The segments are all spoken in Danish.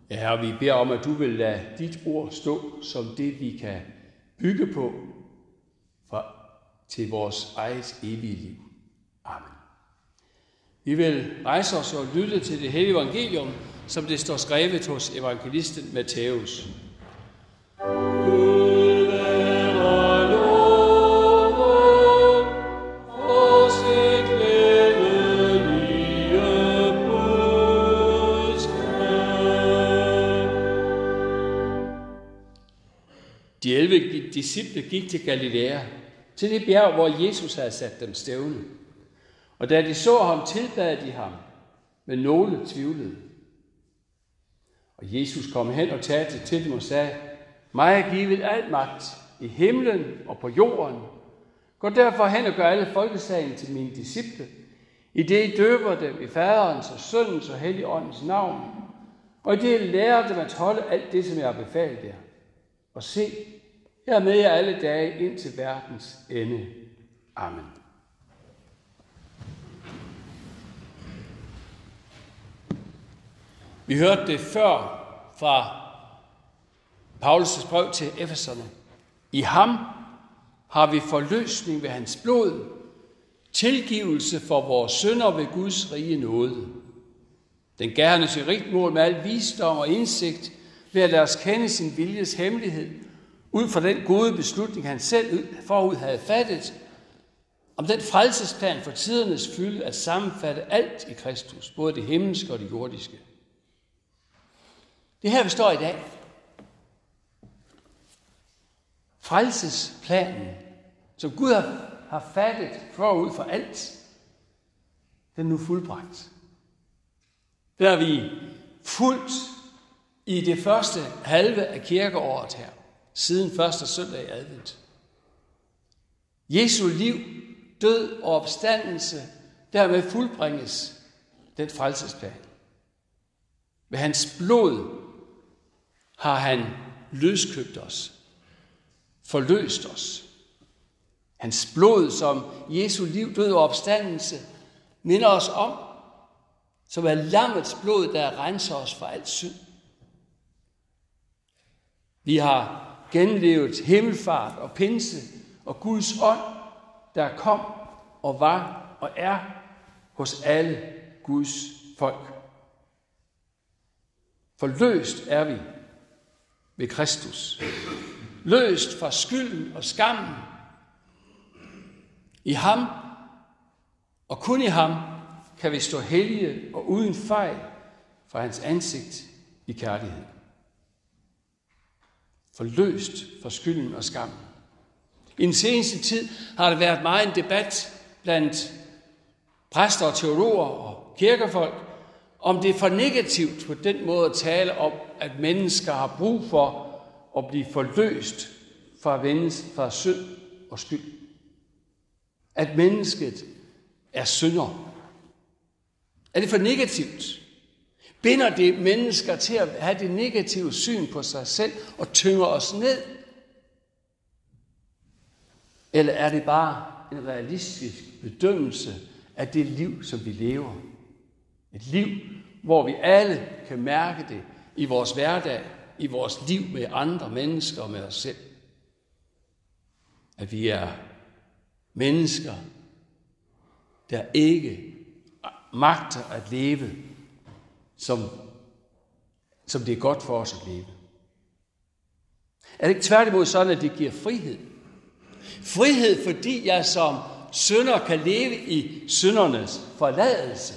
Ja, Herre, vi beder om, at du vil lade dit ord stå som det, vi kan bygge på til vores eget evige liv. Amen. Vi vil rejse os og lytte til det hellige evangelium, som det står skrevet hos evangelisten Matthæus. De 11 disciple gik til Galilea, til det bjerg, hvor Jesus havde sat dem stævne. Og da de så ham, tilbad de ham, men nogle tvivlede. Og Jesus kom hen og talte til dem og sagde, mig er givet al magt i himlen og på jorden. Gå derfor hen og gør alle folkeslagen til mine disciple, i det I døber dem i faderens og søndens og helligåndens navn, og i det I lærer dem at holde alt det, som jeg har befalet jer. Og se, jeg er med jer alle dage ind til verdens ende. Amen. Vi hørte det før fra Paulus' brev til Efeserne. I ham har vi forløsning ved hans blod, tilgivelse for vores synder ved Guds rige nåde. Den gerne til rigt mål med al visdom og indsigt, ved at lade os kende sin viljes hemmelighed, ud fra den gode beslutning, han selv forud havde fattet, om den frelsesplan for tidernes fylde at sammenfatte alt i Kristus, både det himmelske og det jordiske. Det her, vi står i dag. Frelsesplanen, som Gud har fattet forud for alt, den er nu fuldbragt. Den har vi fulgt i det første halve af kirkeåret her, siden første søndag i advent. Jesu liv, død og opstandelse, dermed fuldbringes den frelsesplan. Ved hans blod har han løskøbt os, forløst os. Hans blod, som Jesu liv, død og opstandelse, minder os om, som er lammets blod, der renser os fra alt synd. Vi har genlevet himmelfart og pinse og Guds ånd, der kom og var og er hos alle Guds folk. Forløst er vi ved Kristus. Løst fra skylden og skammen. I ham og kun i ham kan vi stå hellige og uden fejl fra hans ansigt i kærlighed. Forløst fra skylden og skammen. I den seneste tid har der været meget en debat blandt præster og teologer og kirkefolk, om det er for negativt på den måde at tale om, at mennesker har brug for at blive forløst fra synd og skyld. At mennesket er synder. Er det for negativt? Binder det mennesker til at have det negative syn på sig selv og tynger os ned? Eller er det bare en realistisk bedømmelse af det liv, som vi lever? Et liv, hvor vi alle kan mærke det i vores hverdag, i vores liv med andre mennesker og med os selv. At vi er mennesker, der ikke magter at leve, som det er godt for os at leve. Er det ikke tværtimod sådan, at det giver frihed? Frihed, fordi jeg som synder kan leve i syndernes forladelse.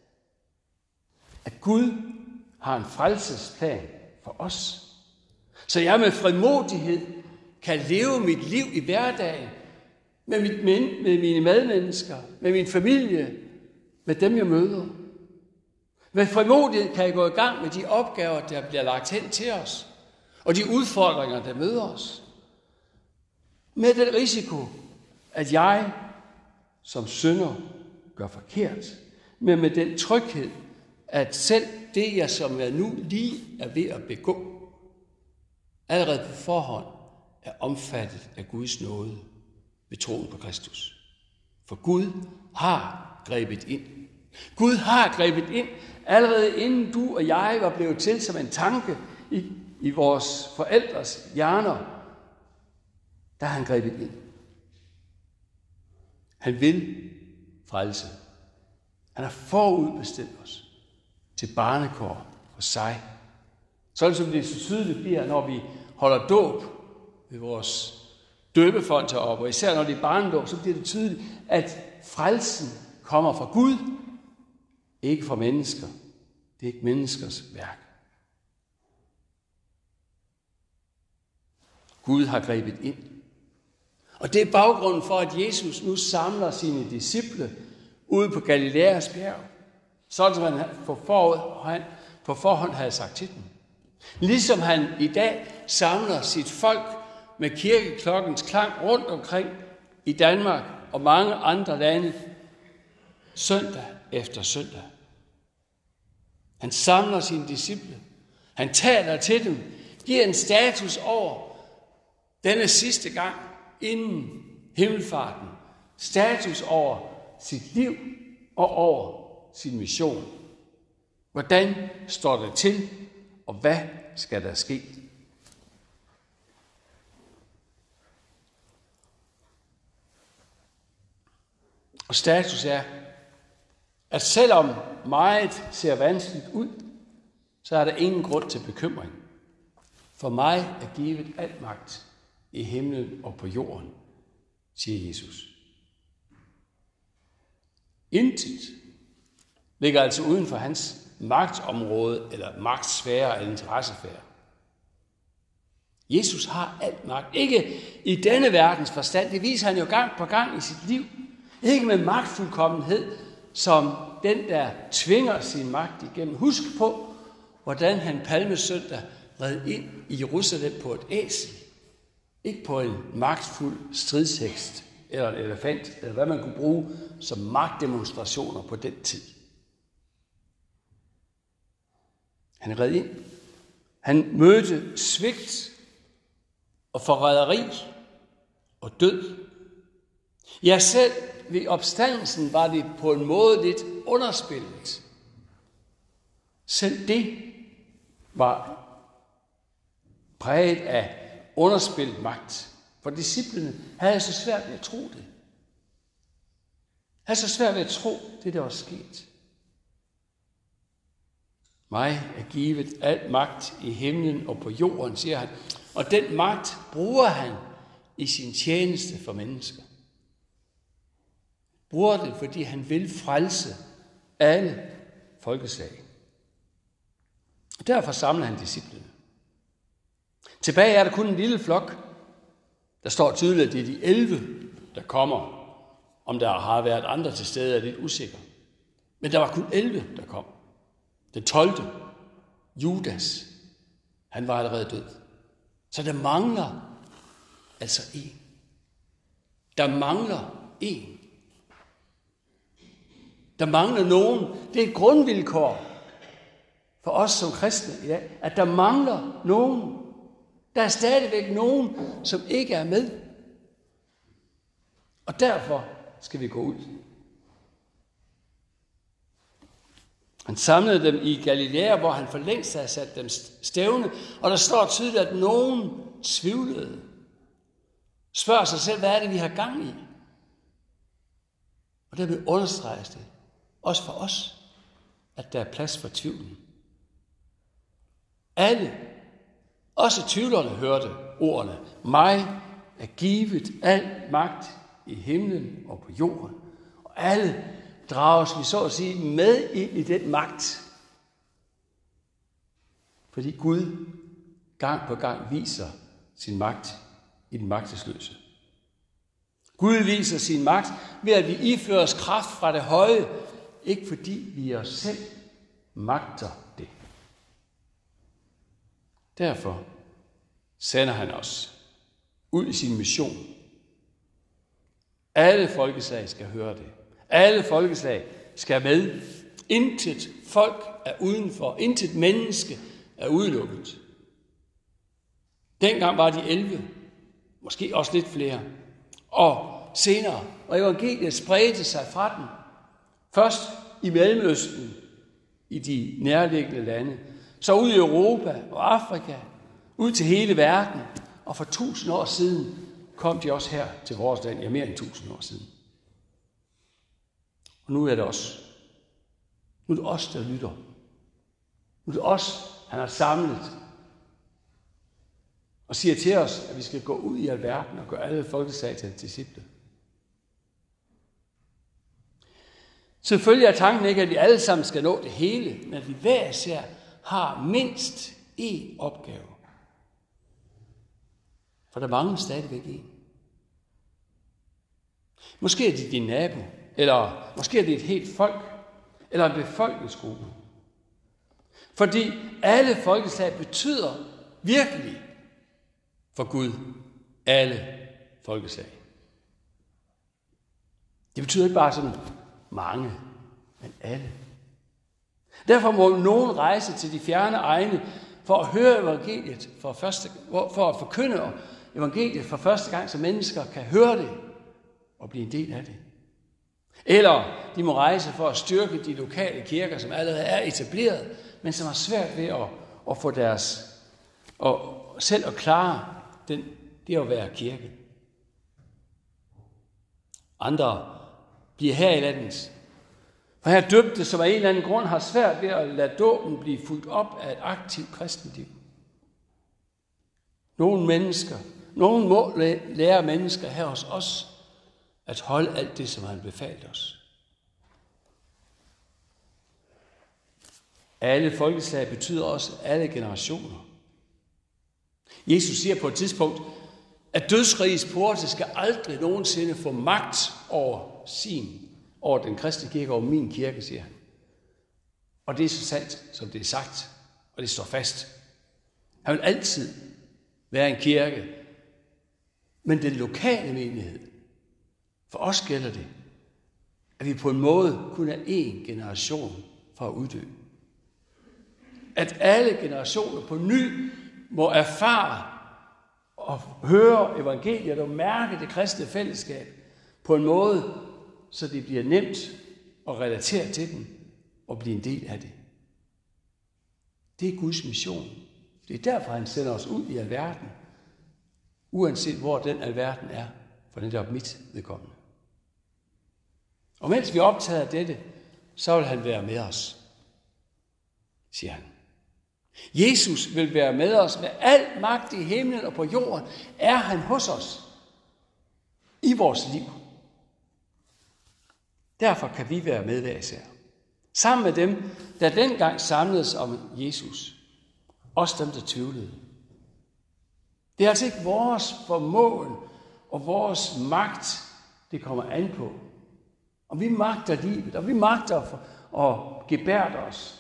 At Gud har en frelsesplan for os. Så jeg med frimodighed kan leve mit liv i hverdagen med mine medmennesker, med min familie, med dem jeg møder. Med frimodighed kan jeg gå i gang med de opgaver, der bliver lagt hen til os, og de udfordringer, der møder os. Med den risiko, at jeg som synder gør forkert, men med den tryghed, at selv det, jeg som jeg nu lige er ved at begå, allerede på forhånd er omfattet af Guds nåde ved troen på Kristus. For Gud har grebet ind. Gud har grebet ind, Allerede inden du og jeg var blevet til som en tanke i vores forældres hjerner, der har han grebet ind. Han vil frelse. Han har forudbestemt os til barnekår hos sig. Sådan som det så tydeligt bliver, når vi holder dåb ved vores døbefond heroppe, og især når det er barnedåb, så bliver det tydeligt, at frelsen kommer fra Gud, ikke fra mennesker. Det er ikke menneskers værk. Gud har grebet ind. Og det er baggrunden for, at Jesus nu samler sine disciple ude på Galilæas bjerg, sådan som han på forhånd havde sagt til dem. Ligesom han i dag samler sit folk med kirkeklokkens klang rundt omkring i Danmark og mange andre lande, søndag efter søndag. Han samler sine disciple. Han taler til dem, giver en status over denne sidste gang inden himmelfarten. Status over sit liv og over sin mission. Hvordan står det til, og hvad skal der ske? Og status er, at selvom meget ser vanskeligt ud, så er der ingen grund til bekymring. For mig er givet al magt i himlen og på jorden, siger Jesus. Intet ligger altså uden for hans magtområde eller magtsfære eller interessefære. Jesus har al magt. Ikke i denne verdens forstand. Det viser han jo gang på gang i sit liv. Ikke med magtfuldkommenhed, som den, der tvinger sin magt igennem. Husk på, hvordan han palmesøndag red ind i Jerusalem på et æsel. Ikke på en magtfuld stridshekst eller en elefant, eller hvad man kunne bruge som magtdemonstrationer på den tid. Han red ind. Han mødte svigt og forræderi og død. Ja, selv ved opstandelsen var det på en måde lidt underspillet. Selv det var præget af underspillet magt. For disciplene havde så svært ved at tro det. Havde så svært ved at tro det, der var sket. Mig er givet al magt i himlen og på jorden, siger han. Og den magt bruger han i sin tjeneste for mennesker. Bruger det, fordi han vil frelse alle folkeslag. Og derfor samler han disciplene. Tilbage er der kun en lille flok. Der står tydeligt, at det er de 11, der kommer. Om der har været andre til stede, er lidt usikker. Men der var kun 11, der kom. Den 12. Judas, han var allerede død. Så der mangler altså en. Der mangler en. Der mangler nogen. Det er et grundvilkår for os som kristne i dag, at der mangler nogen. Der er stadigvæk nogen, som ikke er med. Og derfor skal vi gå ud. Han samlede dem i Galilea, hvor han for længst havde sat dem stævne, og der står tydeligt, at nogen tvivlede. Spørger sig selv, hvad er det, vi har gang i? Og dermed understreges det, også for os, at der er plads for tvivlen. Alle, også tvivlerne, hørte ordene. Mig er givet al magt i himlen og på jorden. Og alle drages vi så at sige med ind i den magt. Fordi Gud gang på gang viser sin magt i den magtesløse. Gud viser sin magt ved at vi iføres kraft fra det høje, ikke fordi vi os selv magter det. Derfor sender han os ud i sin mission. Alle folkeslag skal høre det. Alle folkeslag skal med. Intet folk er udenfor. Intet menneske er udelukket. Dengang var de 11. Måske også lidt flere. Og senere. Og evangeliet spredte sig fra den. Først i Mellemøsten i de nærliggende lande, så ud i Europa og Afrika, ud til hele verden, og for 1000 år siden kom de også her til vores land, ja mere end 1000 år siden. Og nu er det os. Nu er det os, der lytter. Nu er det os, han har samlet og siger til os, at vi skal gå ud i alverden og gøre alle folkeslag til disciple. Selvfølgelig er tanken ikke, at vi alle sammen skal nå det hele, men at vi hver især har mindst én opgave. For der mangler stadigvæk en. Måske er det din nabo, eller måske er det et helt folk, eller en befolkningsgruppe. Fordi alle folkeslag betyder virkelig for Gud alle folkeslag. Det betyder ikke bare sådan mange, men alle. Derfor må nogen rejse til de fjerne egne for at høre evangeliet for at forkynde evangeliet for første gang, så mennesker kan høre det og blive en del af det. Eller de må rejse for at styrke de lokale kirker, som allerede er etableret, men som har svært ved at få deres og selv at klare det at være kirke. Andre bliver her i landet. For her døbte, som af en eller anden grund har svært ved at lade dåben blive fulgt op af et aktivt kristenliv. Nogle må lære mennesker her hos os at holde alt det, som han befalt os. Alle folkeslag betyder også alle generationer. Jesus siger på et tidspunkt, at dødsrigets porte skal aldrig nogensinde få magt over den kristne kirke, over min kirke, siger han. Og det er så sandt, som det er sagt, og det står fast. Han vil altid være en kirke, men den lokale menighed, for os gælder det, at vi på en måde kun er én generation fra at uddø. At alle generationer på ny må erfare og høre evangeliet og mærke det kristne fællesskab på en måde, så det bliver nemt at relatere til den og blive en del af det. Det er Guds mission. Det er derfor, han sender os ud i alverden, uanset hvor den alverden er, for netop mit vedkommende. Og mens vi optager dette, så vil han være med os, siger han. Jesus vil være med os med al magt i himlen og på jorden. Er han hos os i vores liv? Derfor kan vi være med hver især. Sammen med dem, der dengang samledes om Jesus. Også dem, der tvivlede. Det er altså ikke vores formåen og vores magt, det kommer an på. Om vi magter livet, og vi magter at gebærde os.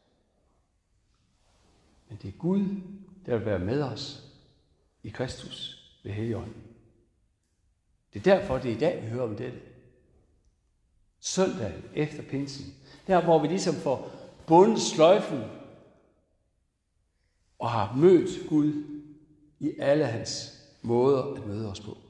Men det er Gud, der vil være med os i Kristus ved Helligånden. Det er derfor, det er i dag, vi hører om dette. Søndag efter pinsen. Der, hvor vi ligesom får bundet sløjfen og har mødt Gud i alle hans måder at møde os på.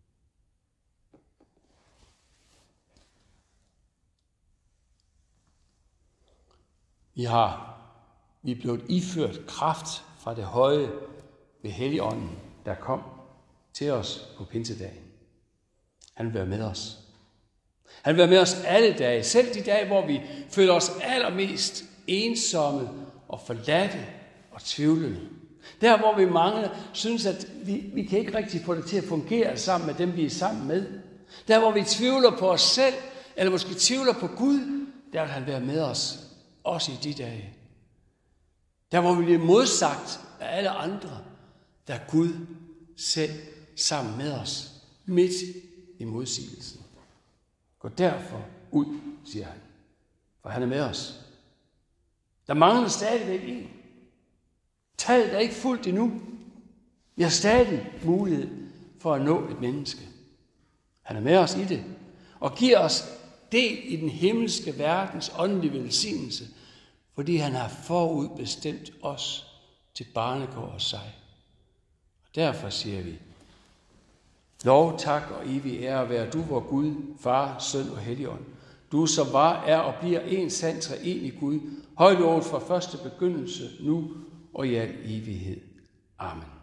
Vi er blevet iført kraft fra det høje ved Helligånden, der kom til os på pinsedagen. Han vil være med os. Han vil være med os alle dage, selv de dage, hvor vi føler os allermest ensomme og forladte og tvivlende. Der, hvor vi mange synes, at vi kan ikke rigtig få det til at fungere sammen med dem, vi er sammen med. Der, hvor vi tvivler på os selv, eller måske tvivler på Gud, der vil han være med os, også i de dage. Der, hvor vi bliver modsagt af alle andre, der er Gud selv sammen med os, midt i modsigelsen. Gå derfor ud, siger han, for han er med os. Der mangler stadigvæk en. Tallet er ikke fuldt endnu. Vi har stadig mulighed for at nå et menneske. Han er med os i det, og giver os del i den himmelske verdens åndelige velsignelse, fordi han har forudbestemt os til barnekår og sig. Og derfor siger vi, lov, tak og evig ære være du, vor Gud, Far, Søn og Helligånd. Du som var, er og bliver en sand treenig Gud, højlovet fra første begyndelse, nu og i al evighed. Amen.